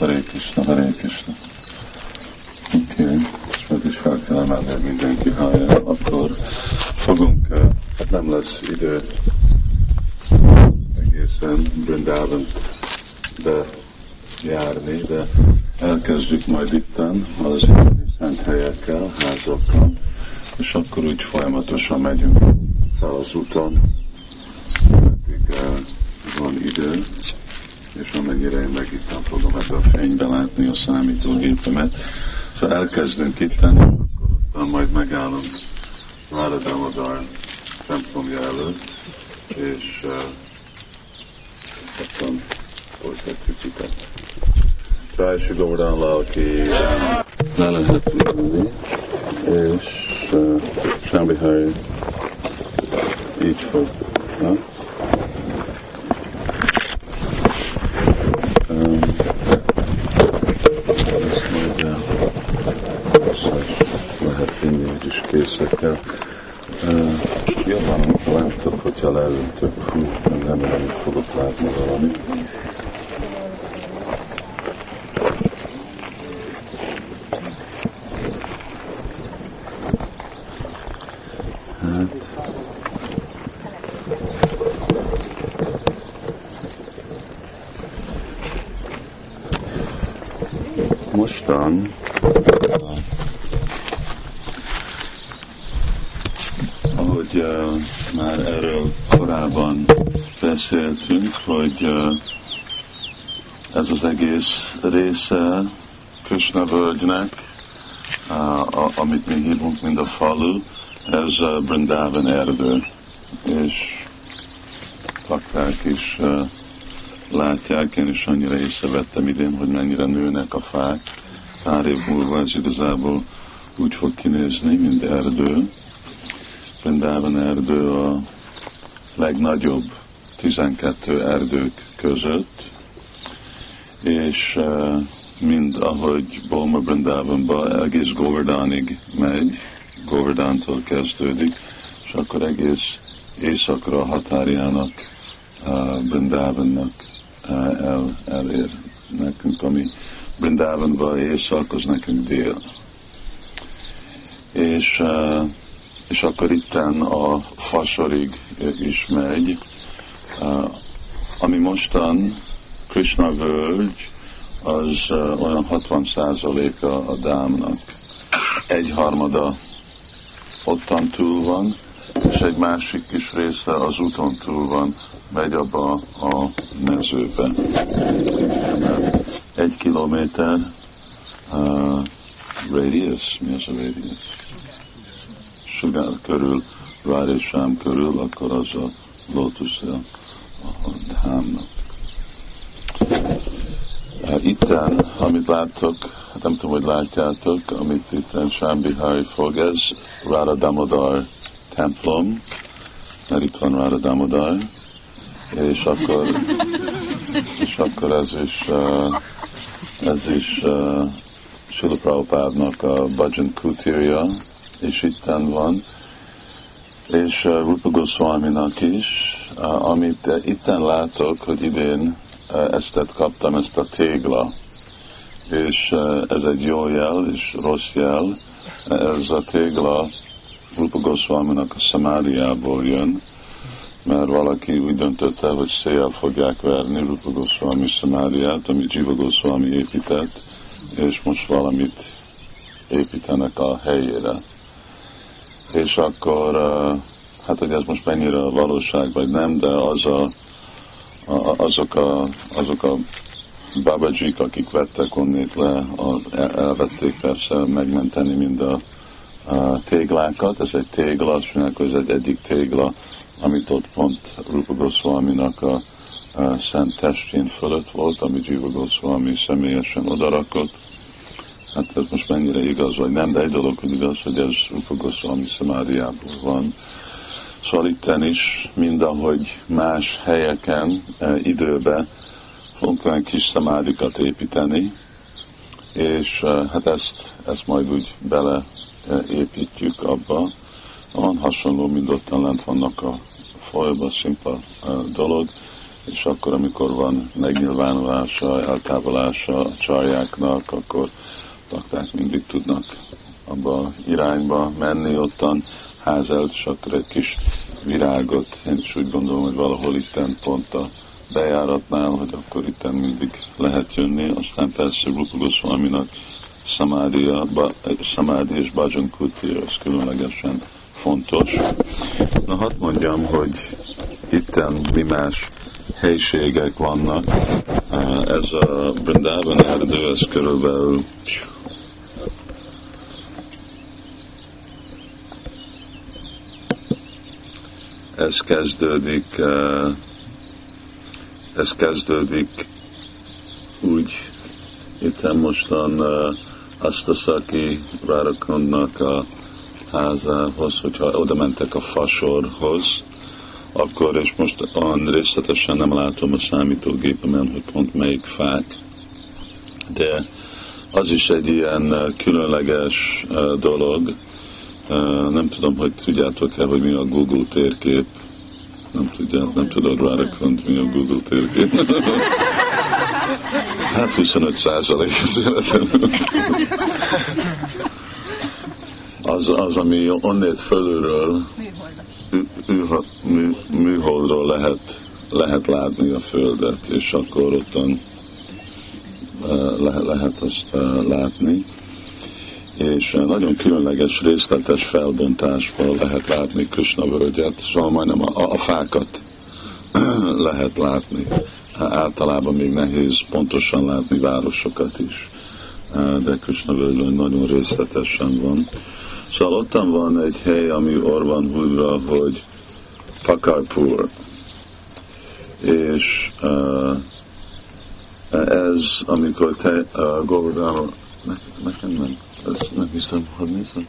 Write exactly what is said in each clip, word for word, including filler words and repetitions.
Hare Krishna, Hare Krishna. Oké, okay. És meg is fel kell emelni, hogy mindenki hallja, akkor fogunk, hát nem lesz idő egészen Brindavan de járni, de elkezdjük majd itten az szent helyekkel, házakkal, és akkor úgy folyamatosan megyünk fel az úton, meddig van idő, és amennyire én meg itten fogom ebbe a fénybe látni a számítógépemet. Szóval elkezdünk itten, és akkor utána majd megállunk Radha Damodar templomja előtt, és uh, aztán folytatjuk itt. Jai Shri Govardhan Lal ki le lehet ülni, és uh, Shambhari így fog. Na? Um, lehet vinni egy is készekkel. Uh, jobban, amikor láttok, hogyha leültök, fú, nem nem fogok látni valamit. Hát... Mostan ahogy uh, már erről korábban beszéltünk, hogy uh, ez az egész része Krishna völgynek, uh, a, amit mi hívunk, mind a falu, ez uh, Brindavan erdő, és pakták is uh, látják, én is annyira észrevettem idén, hogy mennyire nőnek a fák. Pár év múlva ez igazából úgy fog kinézni, mint erdő. Brindavan erdő a legnagyobb tizenkettő erdők között, és mind ahogy Boma Brindavanba egész Govardhanig megy, Govardhantól kezdődik, és akkor egész északra a határjának, Brindavannak el, elér nekünk, ami Brindavanba észak, az nekünk dél. És és akkor itten a Fasorig is megy, ami mostan Krishna völgy, az olyan hatvan százaléka a dámnak. Egyharmada ottan túl van, és egy másik kis része az úton túl van, megy abba a mezőbe. Egy kilométer uh, radius, mi az a radius? Sugár körül, Radhesám körül, akkor az a lótuszja a dhámnak. Itten, amit láttok, hát nem tudom, hogy látjátok, amit itten Shambhari fog, ez Radha Damodar templom, mert itt van Radha Damodar, és akkor, és akkor ez is, ez is uh, Srila Prabhupádnak a Bhajan Kutirja, és itten van, és uh, Rupa Goswaminak is, uh, amit uh, itten látok, hogy idén uh, ezt kaptam, ezt a tégla, és uh, ez egy jó jel, és rossz jel, ez a tégla Rupa Goswaminak a szamádiából jön, mert valaki úgy döntötte, hogy széjjel fogják verni Rupa Goswami szamádiát, amit Jiva Goswami épített, és most valamit építenek a helyére. És akkor, hát hogy ez most mennyire a valóság vagy nem, de az a, a, azok, a, azok a babajik, akik vettek onnét le, elvették persze megmenteni mind a, a téglákat. Ez egy tégla, azt mondják, hogy ez egy egyik tégla, amit ott pont Rupa Goswaminak a, a szent testén fölött volt, amit Jiva Goswami személyesen odarakott. Hát ez most mennyire igaz, vagy nem, de egy dolog, hogy igaz, hogy ez Rupa Goswami szamádiából van. Szóval itten is, mindahogy más helyeken, e, időben fogunk olyan kis szamádikat építeni, és e, hát ezt, ezt majd úgy beleépítjük abba. Van hasonló, mint ottan lent vannak a folyóban, szimpla e, dolog, és akkor, amikor van megnyilvánulása, eltávolása a csarjáknak, akkor bakták mindig tudnak abba az irányba menni, ottan ház előtt, és akkor egy kis virágot, én is úgy gondolom, hogy valahol itten pont a bejáratnál, hogy akkor itten mindig lehet jönni, aztán persze Rupa Goswaminak Samádi és Bhajan Kutir, az különlegesen fontos. Na, hadd mondjam, hogy itten mi más helyiségek vannak. Ez a Brindában erdő, ez körülbelül ez kezdődik ez kezdődik úgy, itten mostan Asztaszaki Radhakundnak a házához, hogyha oda mentek a fasorhoz, akkor, és most olyan részletesen nem látom a számítógépemen, hogy pont melyik fák, de az is egy ilyen különleges dolog. Nem tudom, hogy tudjátok-e, hogy mi a Google térkép. Nem tudjátok, nem tudod Radhakund, mi a Google térkép. Hát huszonöt százalék az életem. Az, az, ami onnét fölülről, mű, műholdról lehet, lehet látni a Földet, és akkor ottan le, lehet azt látni. És nagyon különleges, részletes felbontásban lehet látni Krishna völgyet, szóval majdnem a, a, a fákat lehet látni. Általában még nehéz pontosan látni városokat is, de Krishna völgyben nagyon részletesen van. Szóval ottan van egy hely, ami orr van húzva, hogy Pakarpur, és uh, ez, amikor te uh, Govardhana, nekem nem, ezt nem hiszem, hogy nézem.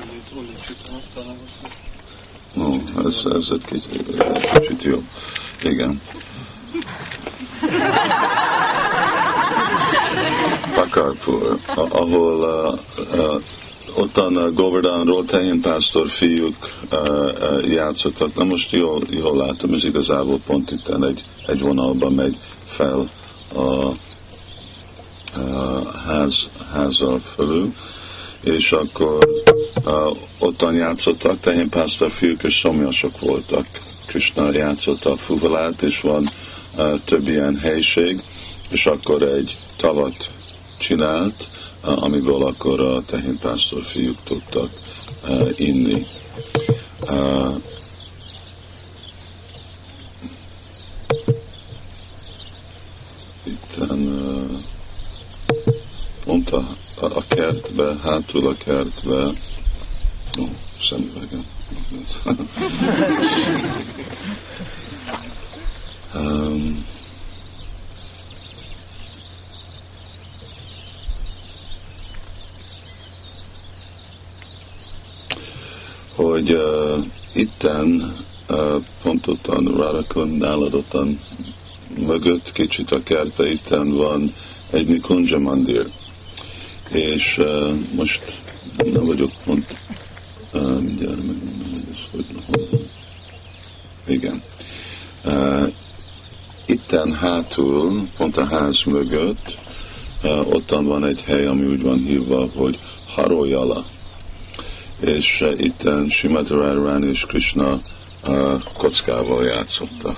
No, ez, ez egy kicsit, kicsit jó. Igen. Pakarpur, ahol uh, uh, ottan a Govardhanról tehén pásztor fiúk uh, uh, játszottak. Na most jól, jól látom, ez igazából pont itt egy, egy vonalban megy fel a, a ház, házzal fölül, és akkor uh, ottan játszottak tehén pásztor fiúk, és szomjasok voltak. Krishna játszotta a fuvalát, és van uh, több ilyen helység, és akkor egy tavat csinált, amiből akkor a tehénpásztor fiúk tudtak uh, inni. Uh, itten uh, pont a, a, a kertbe, hátul a kertbe, ó, szemüvegem. um, hogy uh, itten uh, pont ottan Radhakund nálad ottan mögött, kicsit a kertbe, itten van egy Nikunja mandir. És uh, most nem vagyok pont, uh, mindjárt megmondom, hogy ez hogy van. Igen. Uh, itten hátul, pont a ház mögött, uh, ottan van egy hely, ami úgy van hívva, hogy Harójala. És uh, itten Srimati Radharani és Krishna uh, kockával játszottak.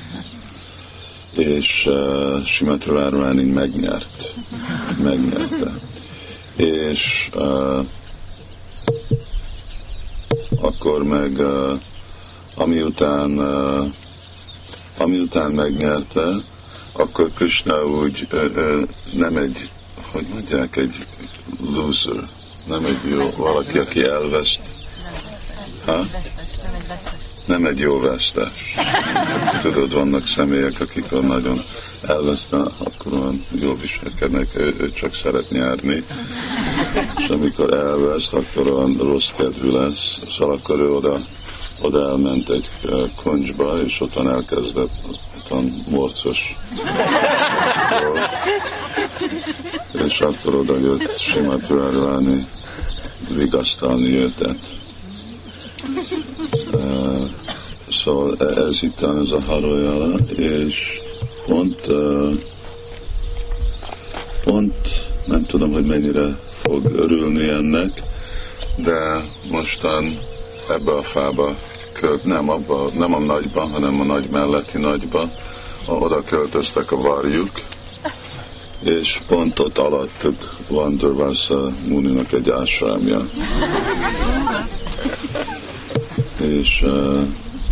És uh, Srimati Radharani megnyert. Megnyerte. És uh, akkor meg uh, amiután uh, amiután megnyerte, akkor Krishna úgy uh, uh, nem egy, hogy mondják, egy loser, nem egy jó, valaki, aki elveszt. Ha? Nem egy jó vesztes. Tudod, vannak személyek, akik nagyon elvesztenek, akkor olyan jól viselkednek, ő, ő csak szeret nyerni. És amikor elveszt, akkor olyan rossz kedvű lesz. Szóval akkor ő oda, oda elment egy kuncsba, és ottan elkezdett ottan morcos volt. És akkor oda jött Srimati Radharani vigasztalni őtet. Uh, szóval ez itt ez a Harójala, és pont, uh, pont nem tudom, hogy mennyire fog örülni ennek, de mostan ebbe a fába költ, nem, abba, nem a nagyba, hanem a nagy melletti nagyba, oda költöztek a varjuk, és pont ott alattuk van Durvasa Muninak egy ásrámja. És uh,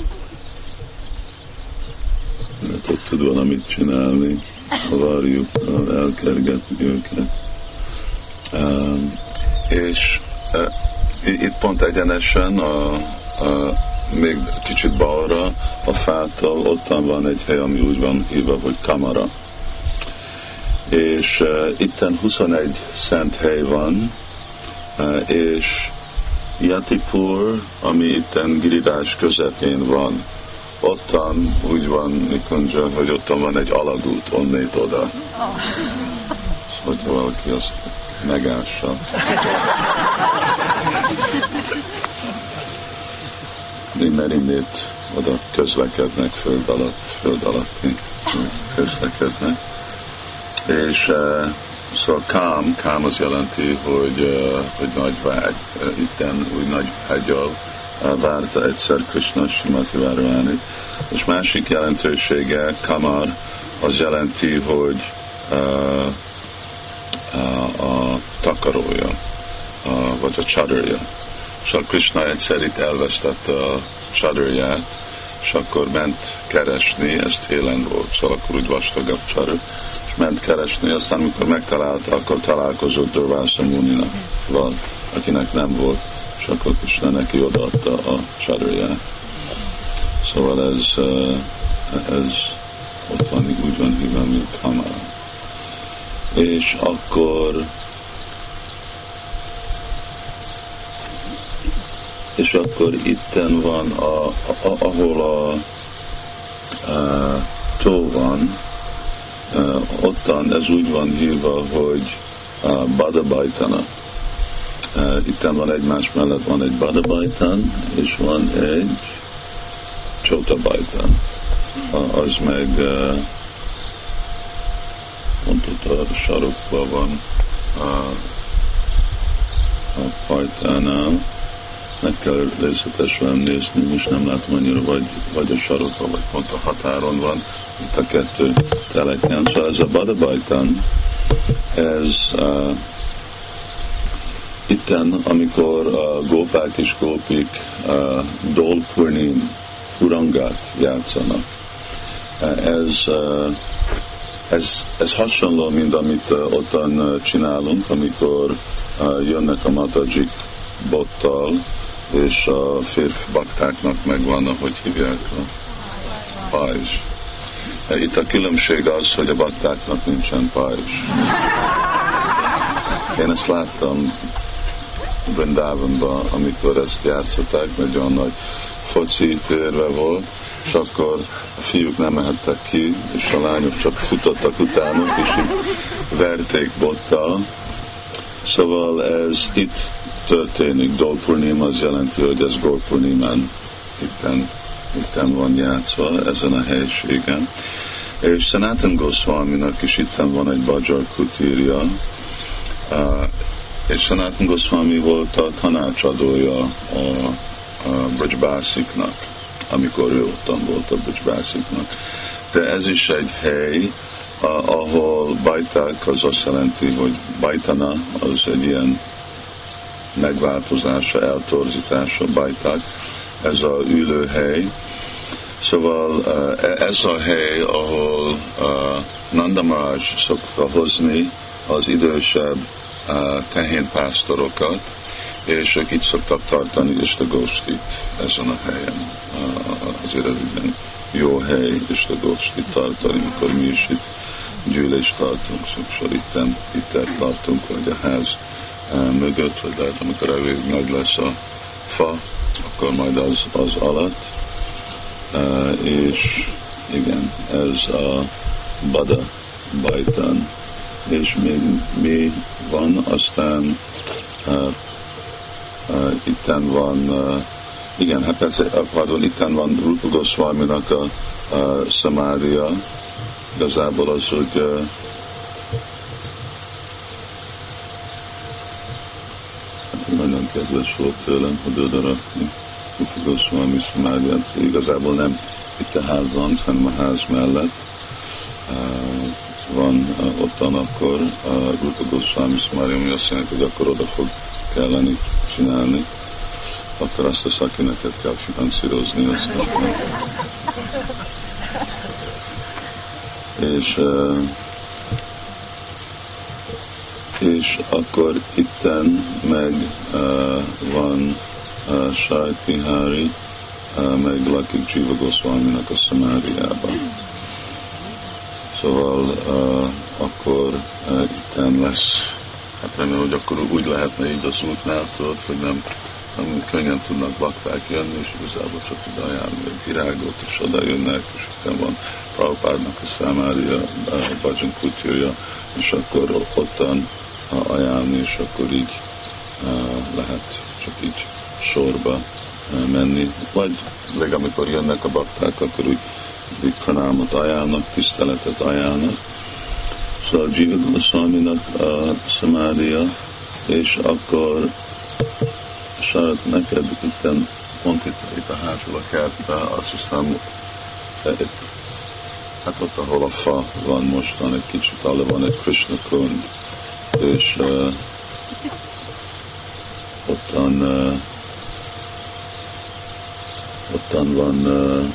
hát ott tud valamit csinálni, a varjukkal elkergetni őket. Uh, és uh, itt pont egyenesen a, a még kicsit balra a fától, ottan van egy hely, ami úgy van hívva, hogy kamara. És uh, itten huszonegy szent hely van, uh, és Yatipur, ami itten Giridás közepén van, ottan úgy van, Nikunja, hogy ottan van egy alagút, onnét oda. Hogyha valaki azt megássa. Minden innét oda közlekednek, föld alatt, föld alatti közlekednek. És uh, szóval kám, kám az jelenti, hogy, uh, hogy nagy vágy. Uh, itten úgy nagy vágyal uh, várta egyszer Krishna Srimati Radharani. És másik jelentősége, kamar, az jelenti, hogy uh, uh, a takarója, uh, vagy a csadarja. Szóval Krishna egyszer itt elvesztette a csadarját, és akkor ment keresni, ez télen volt, szóval akkor úgy vastagabb csadar, és ment keresni, aztán amikor megtalálta, akkor találkozott Durvasa Muninak, akinek nem volt, és akkor Krishna neki odaadta a csadarját. Szóval ez, ez ott van, úgy van hívva, mint kamara. És akkor és akkor itten van, a, a, ahol a, a tó van, a, ottan ez úgy van hívva, hogy Badabajtana. Itten van egymás mellett, van egy Badabajtan, és van egy Csotabajtan. Az meg pont ott a sarokban van a, a Pajtánál. Meg kell részletesen nézni, most nem látom annyira, vagy, vagy a sarokban, vagy pont a határon van, itt a kettő teleken. Szóval ez a Badabajtan, ez uh, itten, amikor a uh, gópák és gópik uh, Dol Purnim Urangát játszanak. Uh, ez, uh, ez, ez hasonló, mint amit uh, ottan uh, csinálunk, amikor uh, jönnek a matajik bottal, és a férfi baktáknak megvan, ahogy hívják a pajzs. Itt a különbség az, hogy a baktáknak nincsen pajzs. Én ezt láttam Vrindávonban, amikor ezt játszották, mert olyan nagy foci térve volt, és akkor a fiúk nem mehettek ki, és a lányok csak futottak utánuk, és így verték bottal. Szóval ez itt történik. Dol Purnima az jelenti, hogy ez Dol Purnimán itten, itten van játszva, ezen a helységen. És Sanatana Goswaminak is itten van egy Bajar Kutirja, és Sanatana Goswami volt a tanácsadója a, a Brajbasiknak, amikor ő ottan volt a Brajbasiknak. De ez is egy hely, ahol bajták az azt jelenti, hogy bajtana az egy ilyen megváltozása, eltorzítása, bajták, ez a ülőhely. Szóval ez a hely, ahol Nanda Maharaj szokta hozni az idősebb tehénpásztorokat, és ők itt szoktak tartani Ista Góstit ezen a helyen. Azért ez egy jó hely Ista Góstit tartani, amikor mi is itt gyűlést tartunk, sokszor itten, itt tartunk, vagy a ház mögött, vagy lehet, amikor elég nagy lesz a fa, akkor majd az, az alatt. És igen, ez a Bada Bajtan. És még mi van, aztán uh, uh, itten van, uh, igen, hát persze, pardon, itten van Rupa Goswaminak a, a szamádia, igazából az, hogy uh, nagyon kedves volt tőlem, hogy oda rakni Rupa Goswami szamádiát. Igazából nem itt a házban, hanem a ház mellett uh, van uh, ottan akkor a uh, Rupa Goswami szamádi, ami azt jelenti, hogy akkor oda fog kelleni csinálni. Akkor azt az, aki neked kell finanszírozni, azt és, uh, és akkor itten meg uh, van uh, Sajt Vihari, uh, meg lakik Jiva Goswaminak a Szamáriában. Szóval uh, akkor uh, itten lesz, hát remélem, hogy akkor úgy lehetne így az útnál, tudod, hogy nem, nem könnyen tudnak bakták jönni, és igazából csak ide ajánlni egy virágot, és oda jönnek, és utána van Prabhupádnak a Szamária, a Bhajan Kutyója, és akkor ottan ajánlni, és akkor így uh, lehet csak így sorba uh, menni. Vagy még amikor jönnek a bakták, akkor úgy, úgy pranámot ajánlnak, tiszteletet ajánlnak. Szóval Jiva Goswaminak a Szamária, és akkor Sarat neked itten, pont itt, itt a hátul a kertben, azt hiszem, itt, hát ott, ahol a fa van mostan, egy kicsit alá van egy Krishna kund, és uh, ottan, uh, ottan van uh,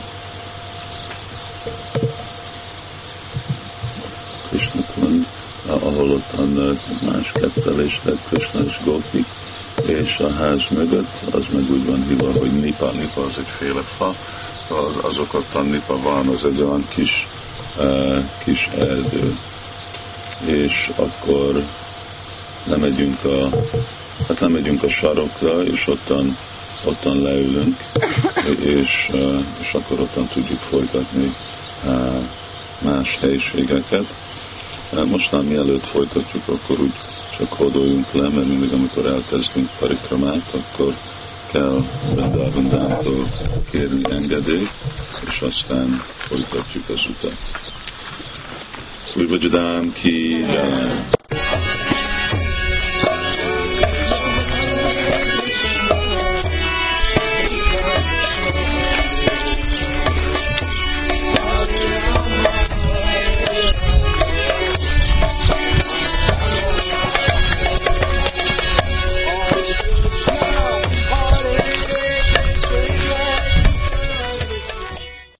Krishna kund, uh, ahol ottan uh, más kettelések, Krishna és Gopik, és a ház mögött, az meg úgy van hívva, hogy nipa, nipa az egyféle fa, az, azok ottan nipa van, az egy olyan kis, uh, kis erdő. És akkor nem megyünk a, hát nem megyünk a sarokra, és ottan, ottan leülünk, és, és akkor ottan tudjuk folytatni más helyiségeket. Most nem mielőtt folytatjuk, akkor úgy csak hódoljunk le, mert mindig amikor elkezdünk parikramát, akkor kell Vrindavántól kérni engedélyt, és aztán folytatjuk az utat. Új Vajradham ki jaj!